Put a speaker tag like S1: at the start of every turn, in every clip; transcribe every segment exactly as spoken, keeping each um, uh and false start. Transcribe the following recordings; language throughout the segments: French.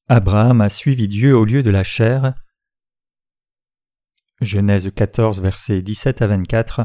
S1: Abraham a suivi Dieu au lieu de la chair. Genèse quatorze, versets dix-sept à vingt-quatre.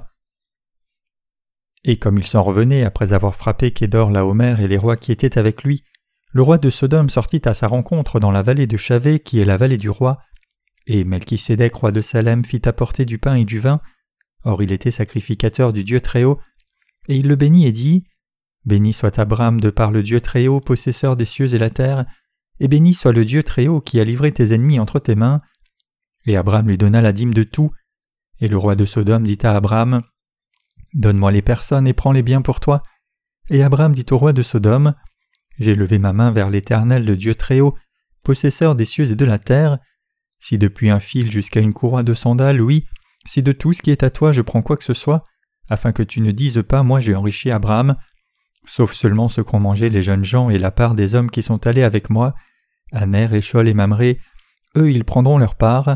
S1: Et comme il s'en revenait après avoir frappé Kédor Laomer et les rois qui étaient avec lui, le roi de Sodome sortit à sa rencontre dans la vallée de Chavé qui est la vallée du roi, et Melchisédek, roi de Salem, fit apporter du pain et du vin. Or il était sacrificateur du Dieu Très-Haut, et il le bénit et dit : Béni soit Abraham de par le Dieu Très-Haut, possesseur des cieux et la terre, et béni soit le Dieu Très-Haut qui a livré tes ennemis entre tes mains. Et Abraham lui donna la dîme de tout. Et le roi de Sodome dit à Abraham : Donne-moi les personnes et prends les biens pour toi. Et Abraham dit au roi de Sodome : J'ai levé ma main vers l'Éternel, le Dieu Très-Haut, possesseur des cieux et de la terre. Si depuis un fil jusqu'à une courroie de sandales, oui, si de tout ce qui est à toi je prends quoi que ce soit, afin que tu ne dises pas : Moi j'ai enrichi Abraham, sauf seulement ce qu'ont mangé les jeunes gens et la part des hommes qui sont allés avec moi, Aner, Échol et Mamré, eux ils prendront leur part.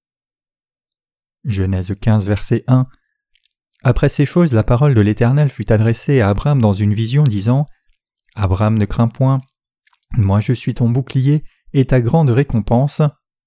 S1: Genèse quinze, verset un. Après ces choses, la parole de l'Éternel fut adressée à Abraham dans une vision, disant : Abraham, ne crains point, moi je suis ton bouclier et ta grande récompense.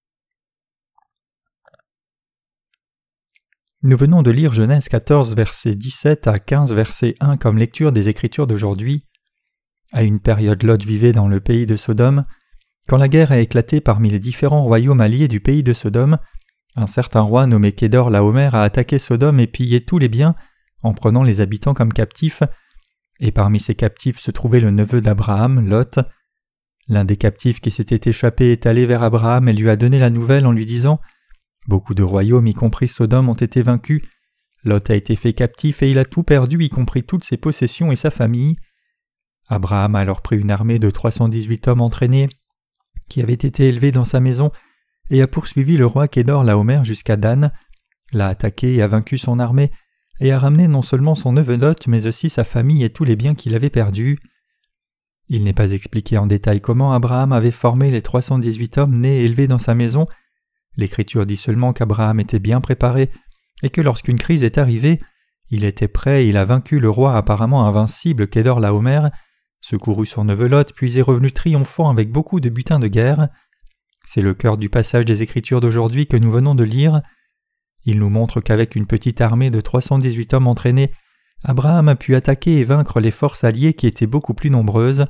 S1: Nous venons de lire Genèse quatorze, versets dix-sept à quinze, verset un comme lecture des Écritures d'aujourd'hui. À une période, Lot vivait dans le pays de Sodome. Quand la guerre a éclaté parmi les différents royaumes alliés du pays de Sodome, un certain roi nommé Kédor Laomer a attaqué Sodome et pillé tous les biens en prenant les habitants comme captifs, et parmi ces captifs se trouvait le neveu d'Abraham, Lot. L'un des captifs qui s'était échappé est allé vers Abraham et lui a donné la nouvelle en lui disant : Beaucoup de royaumes, y compris Sodome, ont été vaincus. Lot a été fait captif et il a tout perdu, y compris toutes ses possessions et sa famille. Abraham a alors pris une armée de trois cent dix-huit hommes entraînés qui avaient été élevés dans sa maison et a poursuivi le roi Kédor Laomer jusqu'à Dan, l'a attaqué et a vaincu son armée, et a ramené non seulement son neveu Lot, mais aussi sa famille et tous les biens qu'il avait perdus. Il n'est pas expliqué en détail comment Abraham avait formé les trois cent dix-huit hommes nés et élevés dans sa maison. L'Écriture dit seulement qu'Abraham était bien préparé, et que lorsqu'une crise est arrivée, il était prêt et il a vaincu le roi apparemment invincible Kédor Laomer, secouru son neveu Lot, puis est revenu triomphant avec beaucoup de butin de guerre. C'est le cœur du passage des Écritures d'aujourd'hui que nous venons de lire. Il nous montre qu'avec une petite armée de trois cent dix-huit hommes entraînés, Abraham a pu attaquer et vaincre les forces alliées qui étaient beaucoup plus nombreuses.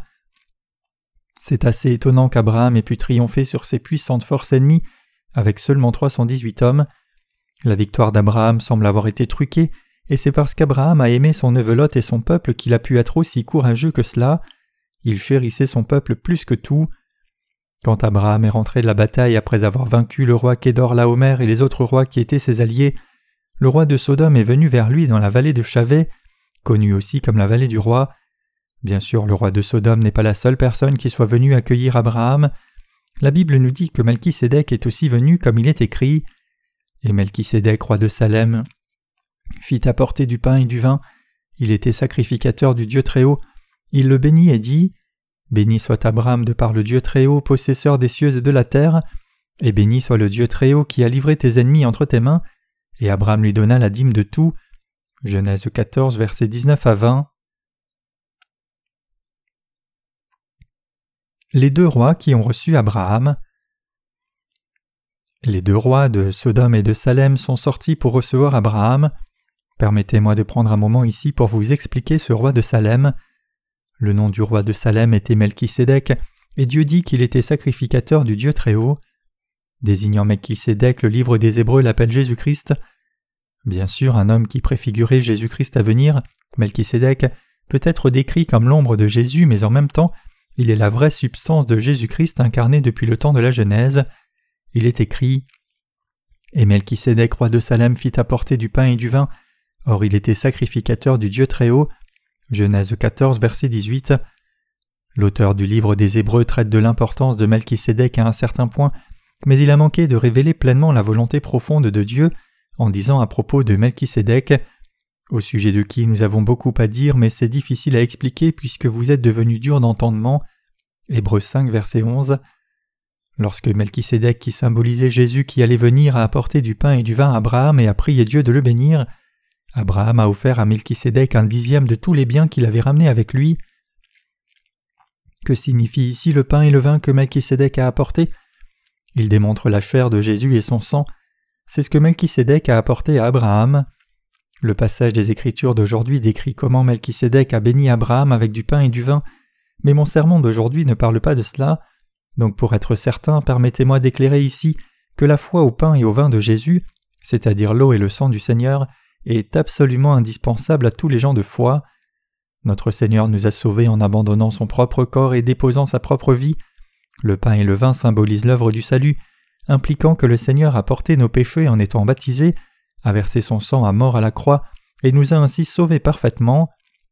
S1: C'est assez étonnant qu'Abraham ait pu triompher sur ces puissantes forces ennemies avec seulement trois cent dix-huit hommes. La victoire d'Abraham semble avoir été truquée, et c'est parce qu'Abraham a aimé son neveu Lot et son peuple qu'il a pu être aussi courageux que cela. Il chérissait son peuple plus que tout. Quand Abraham est rentré de la bataille après avoir vaincu le roi Kédor Laomer et les autres rois qui étaient ses alliés, le roi de Sodome est venu vers lui dans la vallée de Chavé, connue aussi comme la vallée du roi. Bien sûr, le roi de Sodome n'est pas la seule personne qui soit venue accueillir Abraham. La Bible nous dit que Melchisédek est aussi venu comme il est écrit. Et Melchisédek, roi de Salem, fit apporter du pain et du vin. Il était sacrificateur du Dieu Très-Haut. Il le bénit et dit : Béni soit Abraham de par le Dieu Très-Haut, possesseur des cieux et de la terre, et béni soit le Dieu Très-Haut qui a livré tes ennemis entre tes mains. Et Abraham lui donna la dîme de tout. Genèse quatorze, versets dix-neuf à vingt. Les deux rois qui ont reçu Abraham. Les deux rois de Sodome et de Salem sont sortis pour recevoir Abraham. Permettez-moi de prendre un moment ici pour vous expliquer ce roi de Salem. Le nom du roi de Salem était Melchisédek, et Dieu dit qu'il était sacrificateur du Dieu Très-Haut. Désignant Melchisédek, le livre des Hébreux l'appelle Jésus-Christ. Bien sûr, un homme qui préfigurait Jésus-Christ à venir, Melchisédek, peut être décrit comme l'ombre de Jésus, mais en même temps, il est la vraie substance de Jésus-Christ incarné depuis le temps de la Genèse. Il est écrit : Et Melchisédek, roi de Salem, fit apporter du pain et du vin. Or il était sacrificateur du Dieu Très-Haut. Genèse quatorze, verset dix-huit. L'auteur du livre des Hébreux traite de l'importance de Melchisédek à un certain point, mais il a manqué de révéler pleinement la volonté profonde de Dieu en disant à propos de Melchisédek, au sujet de qui nous avons beaucoup à dire, mais c'est difficile à expliquer puisque vous êtes devenus durs d'entendement. Hébreux cinq, verset onze. Lorsque Melchisédek, qui symbolisait Jésus qui allait venir, a apporté du pain et du vin à Abraham et a prié Dieu de le bénir, Abraham a offert à Melchisédek un dixième de tous les biens qu'il avait ramenés avec lui. Que signifie ici le pain et le vin que Melchisédek a apporté? Il démontre la chair de Jésus et son sang. C'est ce que Melchisédek a apporté à Abraham. Le passage des Écritures d'aujourd'hui décrit comment Melchisédek a béni Abraham avec du pain et du vin, mais mon sermon d'aujourd'hui ne parle pas de cela. Donc pour être certain, permettez-moi d'éclairer ici que la foi au pain et au vin de Jésus, c'est-à-dire l'eau et le sang du Seigneur, est absolument indispensable à tous les gens de foi. Notre Seigneur nous a sauvés en abandonnant son propre corps et déposant sa propre vie. Le pain et le vin symbolisent l'œuvre du salut, impliquant que le Seigneur a porté nos péchés en étant baptisé, a versé son sang à mort à la croix et nous a ainsi sauvés parfaitement.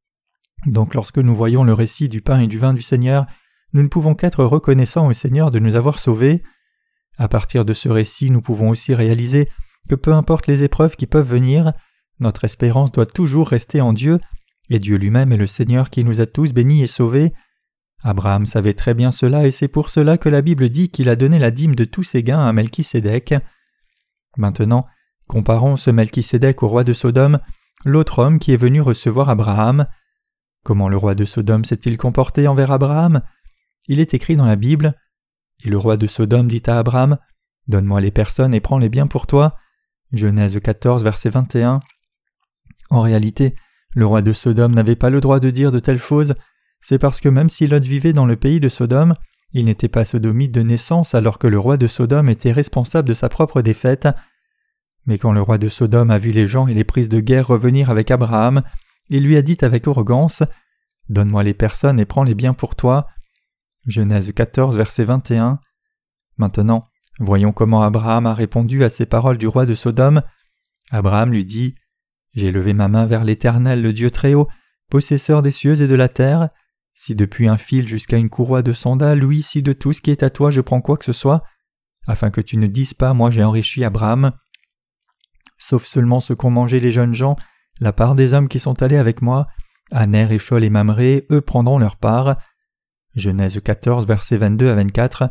S1: Donc lorsque nous voyons le récit du pain et du vin du Seigneur, nous ne pouvons qu'être reconnaissants au Seigneur de nous avoir sauvés. À partir de ce récit, nous pouvons aussi réaliser que peu importe les épreuves qui peuvent venir, notre espérance doit toujours rester en Dieu, et Dieu lui-même est le Seigneur qui nous a tous bénis et sauvés. Abraham savait très bien cela et c'est pour cela que la Bible dit qu'il a donné la dîme de tous ses gains à Melchisédek. Maintenant, comparons ce Melchisédek au roi de Sodome, l'autre homme qui est venu recevoir Abraham. Comment le roi de Sodome s'est-il comporté envers Abraham? Il est écrit dans la Bible « Et le roi de Sodome dit à Abraham, « Donne-moi les personnes et prends-les bien pour toi. » Genèse quatorze, verset vingt et un. En réalité, le roi de Sodome n'avait pas le droit de dire de telles choses, c'est parce que même si Lot vivait dans le pays de Sodome, il n'était pas sodomite de naissance alors que le roi de Sodome était responsable de sa propre défaite. Mais quand le roi de Sodome a vu les gens et les prises de guerre revenir avec Abraham, il lui a dit avec arrogance « Donne-moi les personnes et prends-les bien pour toi. » Genèse quatorze, verset vingt et un. Maintenant, voyons comment Abraham a répondu à ces paroles du roi de Sodome. Abraham lui dit « J'ai levé ma main vers l'Éternel, le Dieu Très-Haut, possesseur des cieux et de la terre. Si depuis un fil jusqu'à une courroie de sandales, oui, si de tout ce qui est à toi je prends quoi que ce soit, afin que tu ne dises pas, moi j'ai enrichi Abraham. Sauf seulement ce qu'ont mangé les jeunes gens, la part des hommes qui sont allés avec moi, Aner, Échol et Mamré, eux prendront leur part. » Genèse quatorze, versets vingt-deux à vingt-quatre.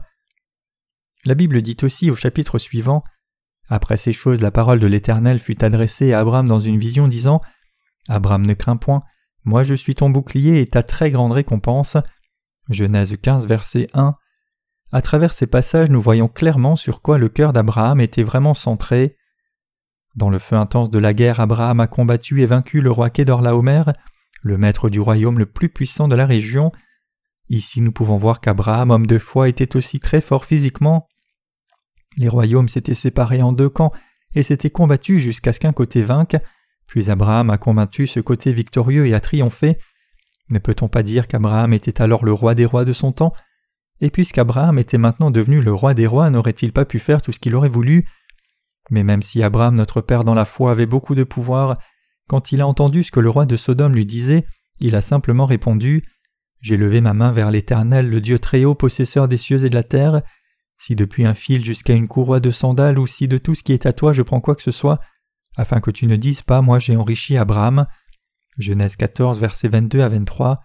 S1: La Bible dit aussi au chapitre suivant « Après ces choses, la parole de l'Éternel fut adressée à Abraham dans une vision, disant « Abraham, ne crains point, moi je suis ton bouclier et ta très grande récompense. » Genèse quinze, verset un. À travers ces passages, nous voyons clairement sur quoi le cœur d'Abraham était vraiment centré. Dans le feu intense de la guerre, Abraham a combattu et vaincu le roi Kedorlaomer, le maître du royaume le plus puissant de la région. Ici, nous pouvons voir qu'Abraham, homme de foi, était aussi très fort physiquement. Les royaumes s'étaient séparés en deux camps et s'étaient combattus jusqu'à ce qu'un côté vainque, puis Abraham a combattu ce côté victorieux et a triomphé. Ne peut-on pas dire qu'Abraham était alors le roi des rois de son temps? Et puisqu'Abraham était maintenant devenu le roi des rois, n'aurait-il pas pu faire tout ce qu'il aurait voulu? Mais même si Abraham, notre père dans la foi, avait beaucoup de pouvoir, quand il a entendu ce que le roi de Sodome lui disait, il a simplement répondu « J'ai levé ma main vers l'Éternel, le Dieu Très-Haut, possesseur des cieux et de la terre. Si depuis un fil jusqu'à une courroie de sandales ou si de tout ce qui est à toi je prends quoi que ce soit, afin que tu ne dises pas « Moi j'ai enrichi Abraham. » Genèse quatorze, versets vingt-deux à vingt-trois.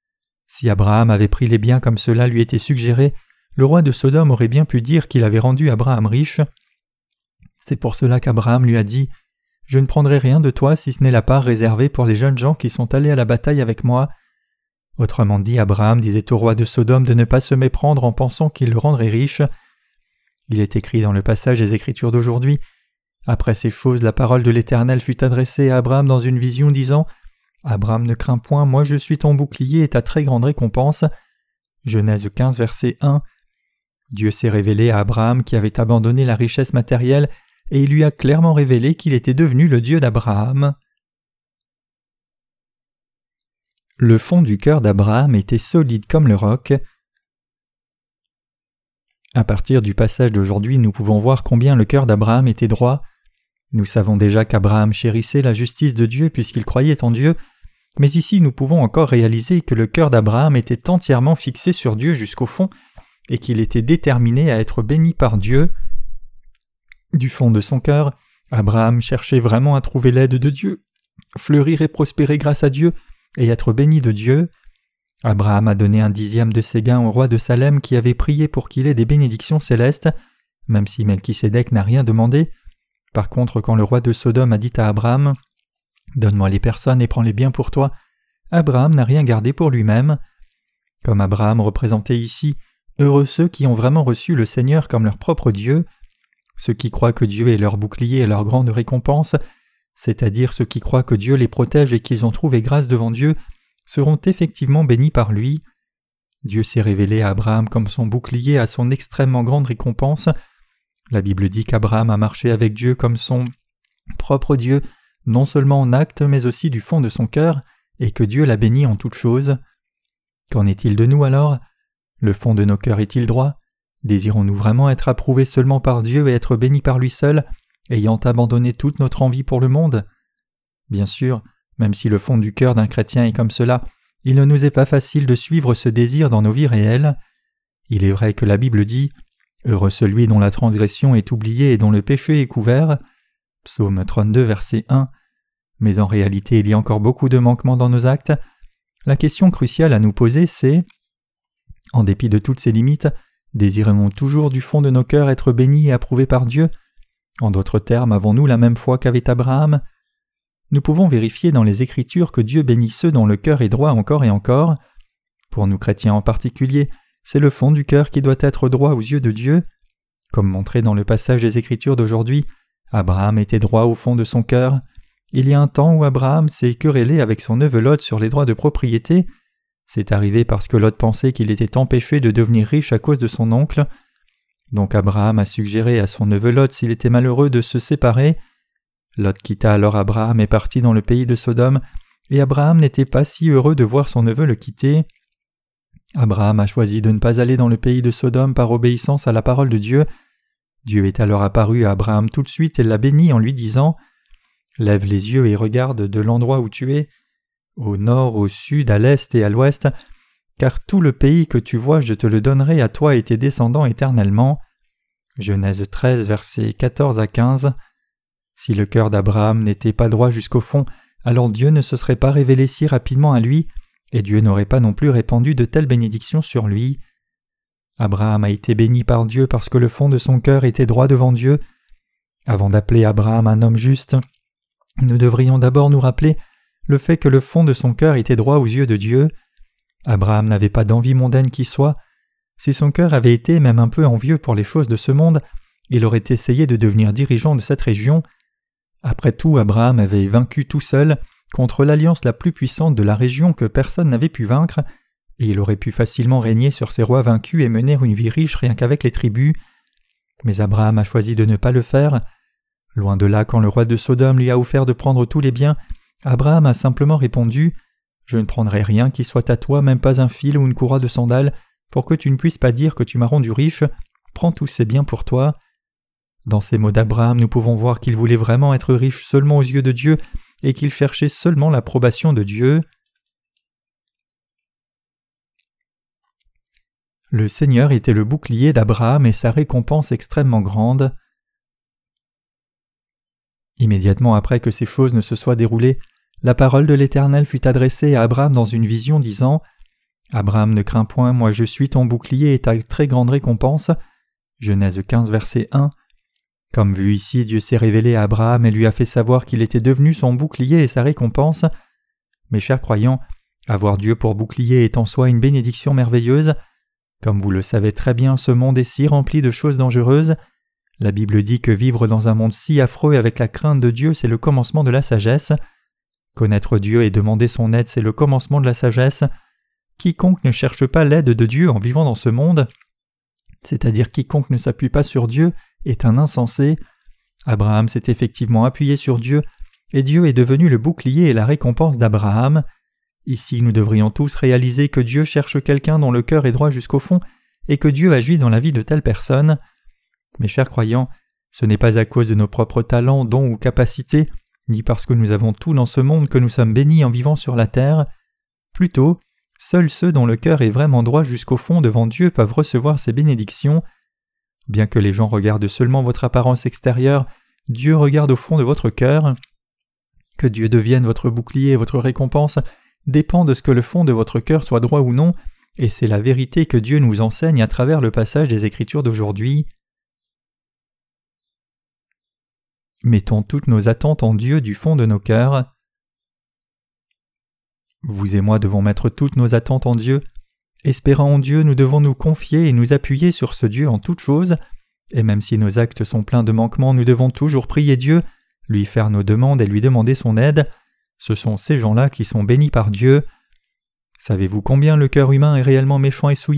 S1: Si Abraham avait pris les biens comme cela lui était suggéré, le roi de Sodome aurait bien pu dire qu'il avait rendu Abraham riche. C'est pour cela qu'Abraham lui a dit « Je ne prendrai rien de toi si ce n'est la part réservée pour les jeunes gens qui sont allés à la bataille avec moi. » Autrement dit, Abraham disait au roi de Sodome de ne pas se méprendre en pensant qu'il le rendrait riche. Il est écrit dans le passage des Écritures d'aujourd'hui « Après ces choses, la parole de l'Éternel fut adressée à Abraham dans une vision, disant « Abraham, ne crains point, moi je suis ton bouclier et ta très grande récompense. » Genèse quinze, verset un. Dieu s'est révélé à Abraham qui avait abandonné la richesse matérielle et il lui a clairement révélé qu'il était devenu le Dieu d'Abraham. Le fond du cœur d'Abraham était solide comme le roc. À partir du passage d'aujourd'hui, nous pouvons voir combien le cœur d'Abraham était droit. Nous savons déjà qu'Abraham chérissait la justice de Dieu puisqu'il croyait en Dieu, mais ici nous pouvons encore réaliser que le cœur d'Abraham était entièrement fixé sur Dieu jusqu'au fond et qu'il était déterminé à être béni par Dieu. Du fond de son cœur, Abraham cherchait vraiment à trouver l'aide de Dieu, fleurir et prospérer grâce à Dieu, et être béni de Dieu. Abraham a donné un dixième de ses gains au roi de Salem qui avait prié pour qu'il ait des bénédictions célestes, même si Melchisédek n'a rien demandé. Par contre, quand le roi de Sodome a dit à Abraham « Donne-moi les personnes et prends-les bien pour toi », Abraham n'a rien gardé pour lui-même. Comme Abraham représenté ici, heureux ceux qui ont vraiment reçu le Seigneur comme leur propre Dieu, ceux qui croient que Dieu est leur bouclier et leur grande récompense, c'est-à-dire ceux qui croient que Dieu les protège et qu'ils ont trouvé grâce devant Dieu, seront effectivement bénis par lui. Dieu s'est révélé à Abraham comme son bouclier à son extrêmement grande récompense. La Bible dit qu'Abraham a marché avec Dieu comme son propre Dieu, non seulement en acte mais aussi du fond de son cœur, et que Dieu l'a béni en toutes choses. Qu'en est-il de nous alors? Le fond de nos cœurs est-il droit? Désirons-nous vraiment être approuvés seulement par Dieu et être bénis par lui seul, ayant abandonné toute notre envie pour le monde? Bien sûr, même si le fond du cœur d'un chrétien est comme cela, il ne nous est pas facile de suivre ce désir dans nos vies réelles. Il est vrai que la Bible dit « Heureux celui dont la transgression est oubliée et dont le péché est couvert » Psaume trente-deux, verset un. Mais en réalité, il y a encore beaucoup de manquements dans nos actes. La question cruciale à nous poser, c'est « En dépit de toutes ces limites, désirons-nous toujours du fond de nos cœurs être bénis et approuvés par Dieu? En d'autres termes, avons-nous la même foi qu'avait Abraham? Nous pouvons vérifier dans les Écritures que Dieu bénit ceux dont le cœur est droit encore et encore. Pour nous chrétiens en particulier, c'est le fond du cœur qui doit être droit aux yeux de Dieu. Comme montré dans le passage des Écritures d'aujourd'hui, Abraham était droit au fond de son cœur. Il y a un temps où Abraham s'est querellé avec son neveu Lot sur les droits de propriété. C'est arrivé parce que Lot pensait qu'il était empêché de devenir riche à cause de son oncle. Donc Abraham a suggéré à son neveu Lot s'il était malheureux de se séparer. Lot quitta alors Abraham et partit dans le pays de Sodome, et Abraham n'était pas si heureux de voir son neveu le quitter. Abraham a choisi de ne pas aller dans le pays de Sodome par obéissance à la parole de Dieu. Dieu est alors apparu à Abraham tout de suite et l'a béni en lui disant « Lève les yeux et regarde de l'endroit où tu es, au nord, au sud, à l'est et à l'ouest, car tout le pays que tu vois je te le donnerai à toi et tes descendants éternellement. » Genèse treize, versets quatorze à quinze. Si le cœur d'Abraham n'était pas droit jusqu'au fond, alors Dieu ne se serait pas révélé si rapidement à lui, et Dieu n'aurait pas non plus répandu de telles bénédictions sur lui. Abraham a été béni par Dieu parce que le fond de son cœur était droit devant Dieu. Avant d'appeler Abraham un homme juste, nous devrions d'abord nous rappeler le fait que le fond de son cœur était droit aux yeux de Dieu. Abraham n'avait pas d'envie mondaine qui soit. Si son cœur avait été même un peu envieux pour les choses de ce monde, il aurait essayé de devenir dirigeant de cette région. Après tout, Abraham avait vaincu tout seul contre l'alliance la plus puissante de la région que personne n'avait pu vaincre, et il aurait pu facilement régner sur ces rois vaincus et mener une vie riche rien qu'avec les tribus. Mais Abraham a choisi de ne pas le faire. Loin de là, quand le roi de Sodome lui a offert de prendre tous les biens, Abraham a simplement répondu « Je ne prendrai rien qui soit à toi, même pas un fil ou une courroie de sandales, pour que tu ne puisses pas dire que tu m'as rendu riche. Prends tous ces biens pour toi. » Dans ces mots d'Abraham, nous pouvons voir qu'il voulait vraiment être riche seulement aux yeux de Dieu et qu'il cherchait seulement l'approbation de Dieu. Le Seigneur était le bouclier d'Abraham et sa récompense extrêmement grande. Immédiatement après que ces choses ne se soient déroulées, la parole de l'Éternel fut adressée à Abraham dans une vision disant « Abraham, ne crains point, moi je suis ton bouclier et ta très grande récompense. » Genèse quinze, verset un. Comme vu ici, Dieu s'est révélé à Abraham et lui a fait savoir qu'il était devenu son bouclier et sa récompense. Mes chers croyants, avoir Dieu pour bouclier est en soi une bénédiction merveilleuse. Comme vous le savez très bien, ce monde est si rempli de choses dangereuses. La Bible dit que vivre dans un monde si affreux avec la crainte de Dieu, c'est le commencement de la sagesse. Connaître Dieu et demander son aide, c'est le commencement de la sagesse. Quiconque ne cherche pas l'aide de Dieu en vivant dans ce monde, c'est-à-dire quiconque ne s'appuie pas sur Dieu, est un insensé. Abraham s'est effectivement appuyé sur Dieu, et Dieu est devenu le bouclier et la récompense d'Abraham. Ici, nous devrions tous réaliser que Dieu cherche quelqu'un dont le cœur est droit jusqu'au fond, et que Dieu agit dans la vie de telle personne. Mes chers croyants, ce n'est pas à cause de nos propres talents, dons ou capacités, ni parce que nous avons tout dans ce monde que nous sommes bénis en vivant sur la terre. Plutôt, seuls ceux dont le cœur est vraiment droit jusqu'au fond devant Dieu peuvent recevoir ces bénédictions. Bien que les gens regardent seulement votre apparence extérieure, Dieu regarde au fond de votre cœur. Que Dieu devienne votre bouclier et votre récompense dépend de ce que le fond de votre cœur soit droit ou non, et c'est la vérité que Dieu nous enseigne à travers le passage des Écritures d'aujourd'hui. Mettons toutes nos attentes en Dieu du fond de nos cœurs. Vous et moi devons mettre toutes nos attentes en Dieu. Espérant en Dieu, nous devons nous confier et nous appuyer sur ce Dieu en toutes choses, et même si nos actes sont pleins de manquements, nous devons toujours prier Dieu, lui faire nos demandes et lui demander son aide. Ce sont ces gens-là qui sont bénis par Dieu. Savez-vous combien le cœur humain est réellement méchant et souillé ?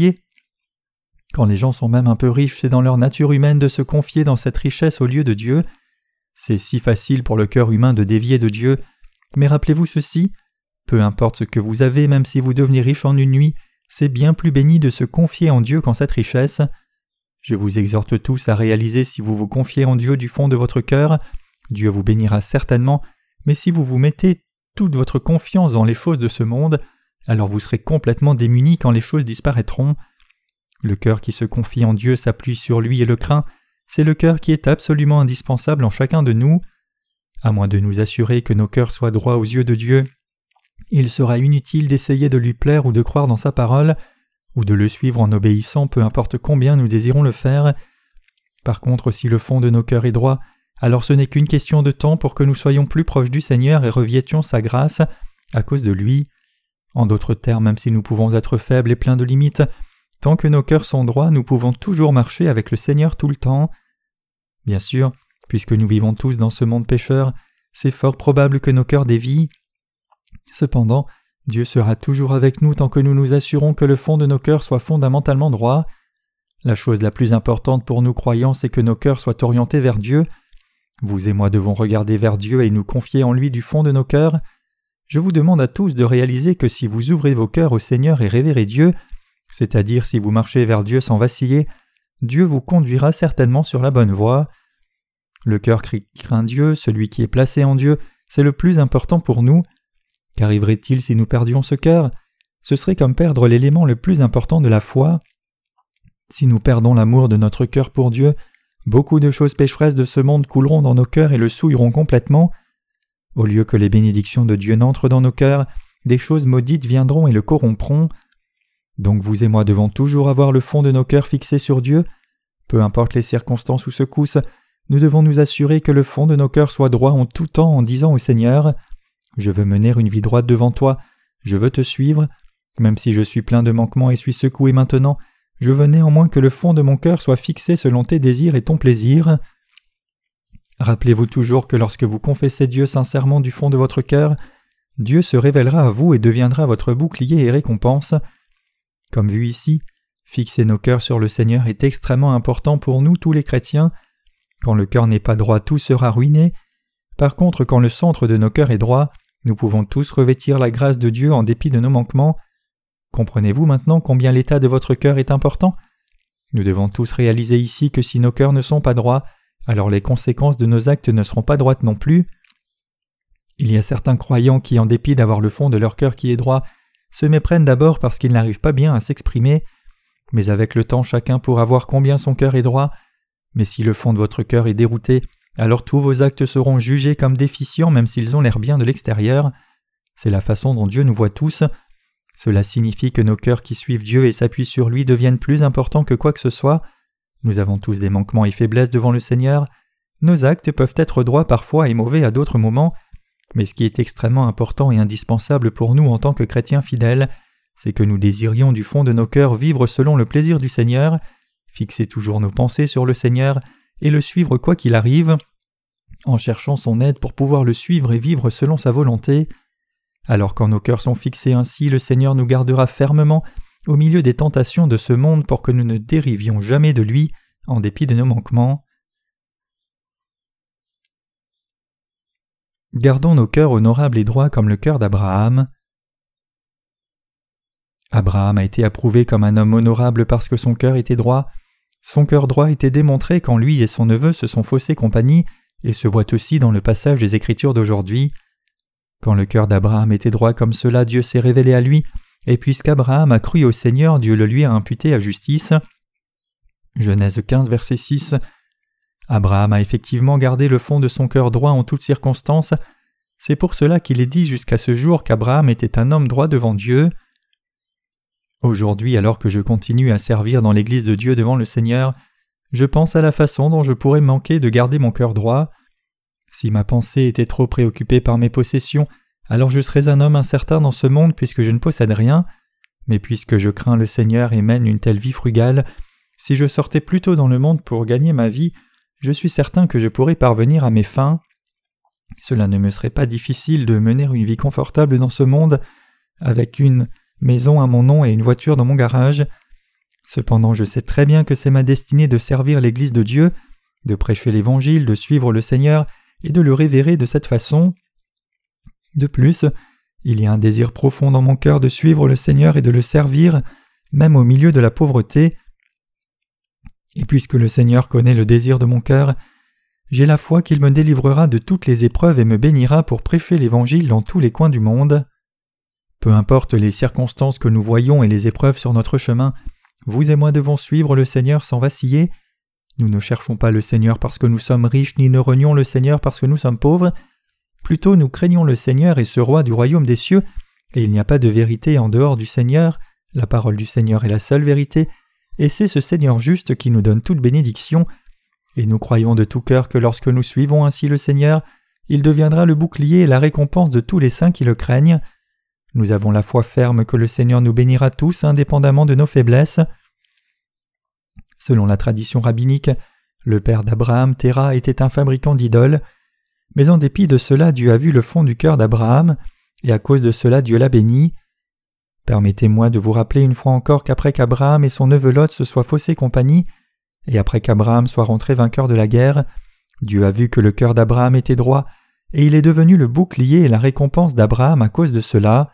S1: Quand les gens sont même un peu riches, c'est dans leur nature humaine de se confier dans cette richesse au lieu de Dieu. C'est si facile pour le cœur humain de dévier de Dieu, mais rappelez-vous ceci, peu importe ce que vous avez, même si vous devenez riche en une nuit, c'est bien plus béni de se confier en Dieu qu'en cette richesse. Je vous exhorte tous à réaliser si vous vous confiez en Dieu du fond de votre cœur, Dieu vous bénira certainement, mais si vous vous mettez toute votre confiance dans les choses de ce monde, alors vous serez complètement démunis quand les choses disparaîtront. Le cœur qui se confie en Dieu s'appuie sur lui et le craint, c'est le cœur qui est absolument indispensable en chacun de nous. À moins de nous assurer que nos cœurs soient droits aux yeux de Dieu, il sera inutile d'essayer de lui plaire ou de croire dans sa parole, ou de le suivre en obéissant peu importe combien nous désirons le faire. Par contre, si le fond de nos cœurs est droit, alors ce n'est qu'une question de temps pour que nous soyons plus proches du Seigneur et revêtions sa grâce à cause de lui. En d'autres termes, même si nous pouvons être faibles et pleins de limites, tant que nos cœurs sont droits, nous pouvons toujours marcher avec le Seigneur tout le temps. Bien sûr, puisque nous vivons tous dans ce monde pécheur, c'est fort probable que nos cœurs dévient. Cependant, Dieu sera toujours avec nous tant que nous nous assurons que le fond de nos cœurs soit fondamentalement droit. La chose la plus importante pour nous croyants, c'est que nos cœurs soient orientés vers Dieu. Vous et moi devons regarder vers Dieu et nous confier en lui du fond de nos cœurs. Je vous demande à tous de réaliser que si vous ouvrez vos cœurs au Seigneur et révérez Dieu, c'est-à-dire si vous marchez vers Dieu sans vaciller, Dieu vous conduira certainement sur la bonne voie. Le cœur qui craint Dieu, celui qui est placé en Dieu, c'est le plus important pour nous. Qu'arriverait-il si nous perdions ce cœur ? Ce serait comme perdre l'élément le plus important de la foi. Si nous perdons l'amour de notre cœur pour Dieu, beaucoup de choses pécheresses de ce monde couleront dans nos cœurs et le souilleront complètement. Au lieu que les bénédictions de Dieu n'entrent dans nos cœurs, des choses maudites viendront et le corrompront. Donc vous et moi devons toujours avoir le fond de nos cœurs fixé sur Dieu. Peu importe les circonstances ou secousses, nous devons nous assurer que le fond de nos cœurs soit droit en tout temps en disant au Seigneur « Je veux mener une vie droite devant toi, je veux te suivre, même si je suis plein de manquements et suis secoué maintenant, je veux néanmoins que le fond de mon cœur soit fixé selon tes désirs et ton plaisir. » Rappelez-vous toujours que lorsque vous confessez Dieu sincèrement du fond de votre cœur, Dieu se révélera à vous et deviendra votre bouclier et récompense. Comme vu ici, fixer nos cœurs sur le Seigneur est extrêmement important pour nous tous les chrétiens. Quand le cœur n'est pas droit, tout sera ruiné. Par contre, quand le centre de nos cœurs est droit, nous pouvons tous revêtir la grâce de Dieu en dépit de nos manquements. Comprenez-vous maintenant combien l'état de votre cœur est important ? Nous devons tous réaliser ici que si nos cœurs ne sont pas droits, alors les conséquences de nos actes ne seront pas droites non plus. Il y a certains croyants qui, en dépit d'avoir le fond de leur cœur qui est droit, se méprennent d'abord parce qu'ils n'arrivent pas bien à s'exprimer, mais avec le temps chacun pourra voir combien son cœur est droit. Mais si le fond de votre cœur est dérouté, alors tous vos actes seront jugés comme déficients même s'ils ont l'air bien de l'extérieur. C'est la façon dont Dieu nous voit tous. Cela signifie que nos cœurs qui suivent Dieu et s'appuient sur lui deviennent plus importants que quoi que ce soit. Nous avons tous des manquements et faiblesses devant le Seigneur. Nos actes peuvent être droits parfois et mauvais à d'autres moments. Mais ce qui est extrêmement important et indispensable pour nous en tant que chrétiens fidèles, c'est que nous désirions du fond de nos cœurs vivre selon le plaisir du Seigneur, fixer toujours nos pensées sur le Seigneur et le suivre quoi qu'il arrive, en cherchant son aide pour pouvoir le suivre et vivre selon sa volonté. Alors quand nos cœurs sont fixés ainsi, le Seigneur nous gardera fermement au milieu des tentations de ce monde pour que nous ne dérivions jamais de lui en dépit de nos manquements. Gardons nos cœurs honorables et droits comme le cœur d'Abraham. Abraham a été approuvé comme un homme honorable parce que son cœur était droit. Son cœur droit était démontré quand lui et son neveu se sont faussés compagnie et se voit aussi dans le passage des Écritures d'aujourd'hui. Quand le cœur d'Abraham était droit comme cela, Dieu s'est révélé à lui, et puisqu'Abraham a cru au Seigneur, Dieu le lui a imputé à justice. Genèse quinze, verset six. Abraham a effectivement gardé le fond de son cœur droit en toutes circonstances. C'est pour cela qu'il est dit jusqu'à ce jour qu'Abraham était un homme droit devant Dieu. Aujourd'hui, alors que je continue à servir dans l'Église de Dieu devant le Seigneur, je pense à la façon dont je pourrais manquer de garder mon cœur droit. Si ma pensée était trop préoccupée par mes possessions, alors je serais un homme incertain dans ce monde puisque je ne possède rien. Mais puisque je crains le Seigneur et mène une telle vie frugale, si je sortais plus tôt dans le monde pour gagner ma vie, je suis certain que je pourrais parvenir à mes fins. Cela ne me serait pas difficile de mener une vie confortable dans ce monde, avec une maison à mon nom et une voiture dans mon garage. Cependant, je sais très bien que c'est ma destinée de servir l'Église de Dieu, de prêcher l'Évangile, de suivre le Seigneur et de le révérer de cette façon. De plus, il y a un désir profond dans mon cœur de suivre le Seigneur et de le servir, même au milieu de la pauvreté. Et puisque le Seigneur connaît le désir de mon cœur, j'ai la foi qu'il me délivrera de toutes les épreuves et me bénira pour prêcher l'Évangile dans tous les coins du monde. Peu importe les circonstances que nous voyons et les épreuves sur notre chemin, vous et moi devons suivre le Seigneur sans vaciller. Nous ne cherchons pas le Seigneur parce que nous sommes riches, ni ne renions le Seigneur parce que nous sommes pauvres. Plutôt nous craignons le Seigneur et ce roi du royaume des cieux, et il n'y a pas de vérité en dehors du Seigneur, la parole du Seigneur est la seule vérité, et c'est ce Seigneur juste qui nous donne toute bénédiction, et nous croyons de tout cœur que lorsque nous suivons ainsi le Seigneur, il deviendra le bouclier et la récompense de tous les saints qui le craignent. Nous avons la foi ferme que le Seigneur nous bénira tous indépendamment de nos faiblesses. Selon la tradition rabbinique, le père d'Abraham, Téra, était un fabricant d'idoles, mais en dépit de cela, Dieu a vu le fond du cœur d'Abraham, et à cause de cela, Dieu l'a béni. Permettez-moi de vous rappeler une fois encore qu'après qu'Abraham et son neveu Lot se soient faussés compagnie, et après qu'Abraham soit rentré vainqueur de la guerre, Dieu a vu que le cœur d'Abraham était droit, et il est devenu le bouclier et la récompense d'Abraham à cause de cela.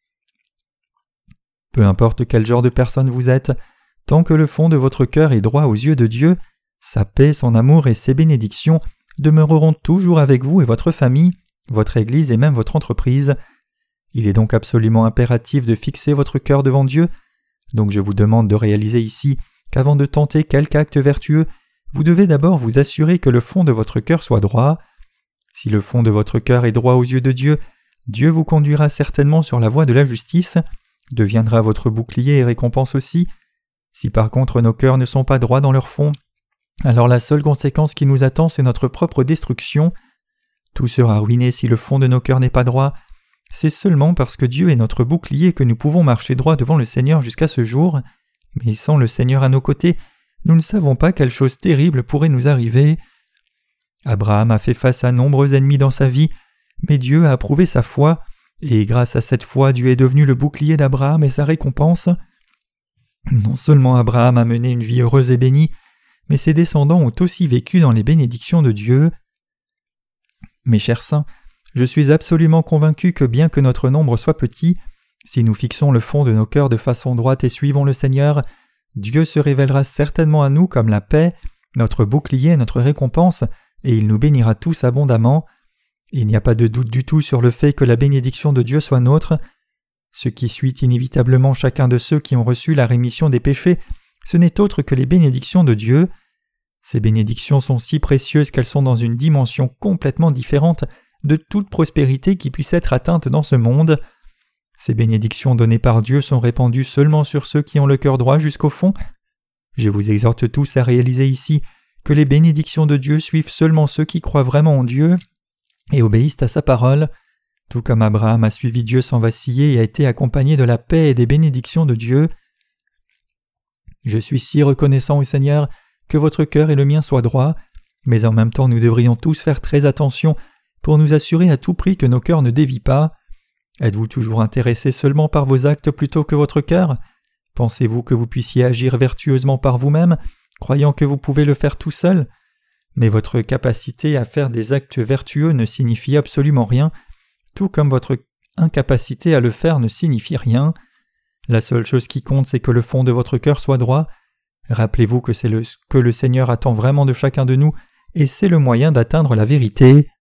S1: Peu importe quel genre de personne vous êtes, tant que le fond de votre cœur est droit aux yeux de Dieu, sa paix, son amour et ses bénédictions demeureront toujours avec vous et votre famille, votre Église et même votre entreprise. Il est donc absolument impératif de fixer votre cœur devant Dieu. Donc je vous demande de réaliser ici qu'avant de tenter quelque acte vertueux, vous devez d'abord vous assurer que le fond de votre cœur soit droit. Si le fond de votre cœur est droit aux yeux de Dieu, Dieu vous conduira certainement sur la voie de la justice, deviendra votre bouclier et récompense aussi. Si par contre nos cœurs ne sont pas droits dans leur fond, alors la seule conséquence qui nous attend, c'est notre propre destruction. Tout sera ruiné si le fond de nos cœurs n'est pas droit. C'est seulement parce que Dieu est notre bouclier que nous pouvons marcher droit devant le Seigneur jusqu'à ce jour. Mais sans le Seigneur à nos côtés, nous ne savons pas quelle chose terrible pourrait nous arriver. Abraham a fait face à nombreux ennemis dans sa vie, mais Dieu a approuvé sa foi, et grâce à cette foi, Dieu est devenu le bouclier d'Abraham et sa récompense. Non seulement Abraham a mené une vie heureuse et bénie, mais ses descendants ont aussi vécu dans les bénédictions de Dieu. Mes chers saints, je suis absolument convaincu que bien que notre nombre soit petit, si nous fixons le fond de nos cœurs de façon droite et suivons le Seigneur, Dieu se révélera certainement à nous comme la paix, notre bouclier, notre récompense, et il nous bénira tous abondamment. Il n'y a pas de doute du tout sur le fait que la bénédiction de Dieu soit nôtre. Ce qui suit inévitablement chacun de ceux qui ont reçu la rémission des péchés, ce n'est autre que les bénédictions de Dieu. Ces bénédictions sont si précieuses qu'elles sont dans une dimension complètement différente de toute prospérité qui puisse être atteinte dans ce monde. Ces bénédictions données par Dieu sont répandues seulement sur ceux qui ont le cœur droit jusqu'au fond. Je vous exhorte tous à réaliser ici que les bénédictions de Dieu suivent seulement ceux qui croient vraiment en Dieu et obéissent à sa parole, tout comme Abraham a suivi Dieu sans vaciller et a été accompagné de la paix et des bénédictions de Dieu. Je suis si reconnaissant au Seigneur que votre cœur et le mien soient droits, mais en même temps nous devrions tous faire très attention pour nous assurer à tout prix que nos cœurs ne dévient pas. Êtes-vous toujours intéressé seulement par vos actes plutôt que votre cœur? Pensez-vous que vous puissiez agir vertueusement par vous-même, croyant que vous pouvez le faire tout seul? Mais votre capacité à faire des actes vertueux ne signifie absolument rien, tout comme votre incapacité à le faire ne signifie rien. La seule chose qui compte, c'est que le fond de votre cœur soit droit. Rappelez-vous que c'est le, que le Seigneur attend vraiment de chacun de nous, et c'est le moyen d'atteindre la vérité.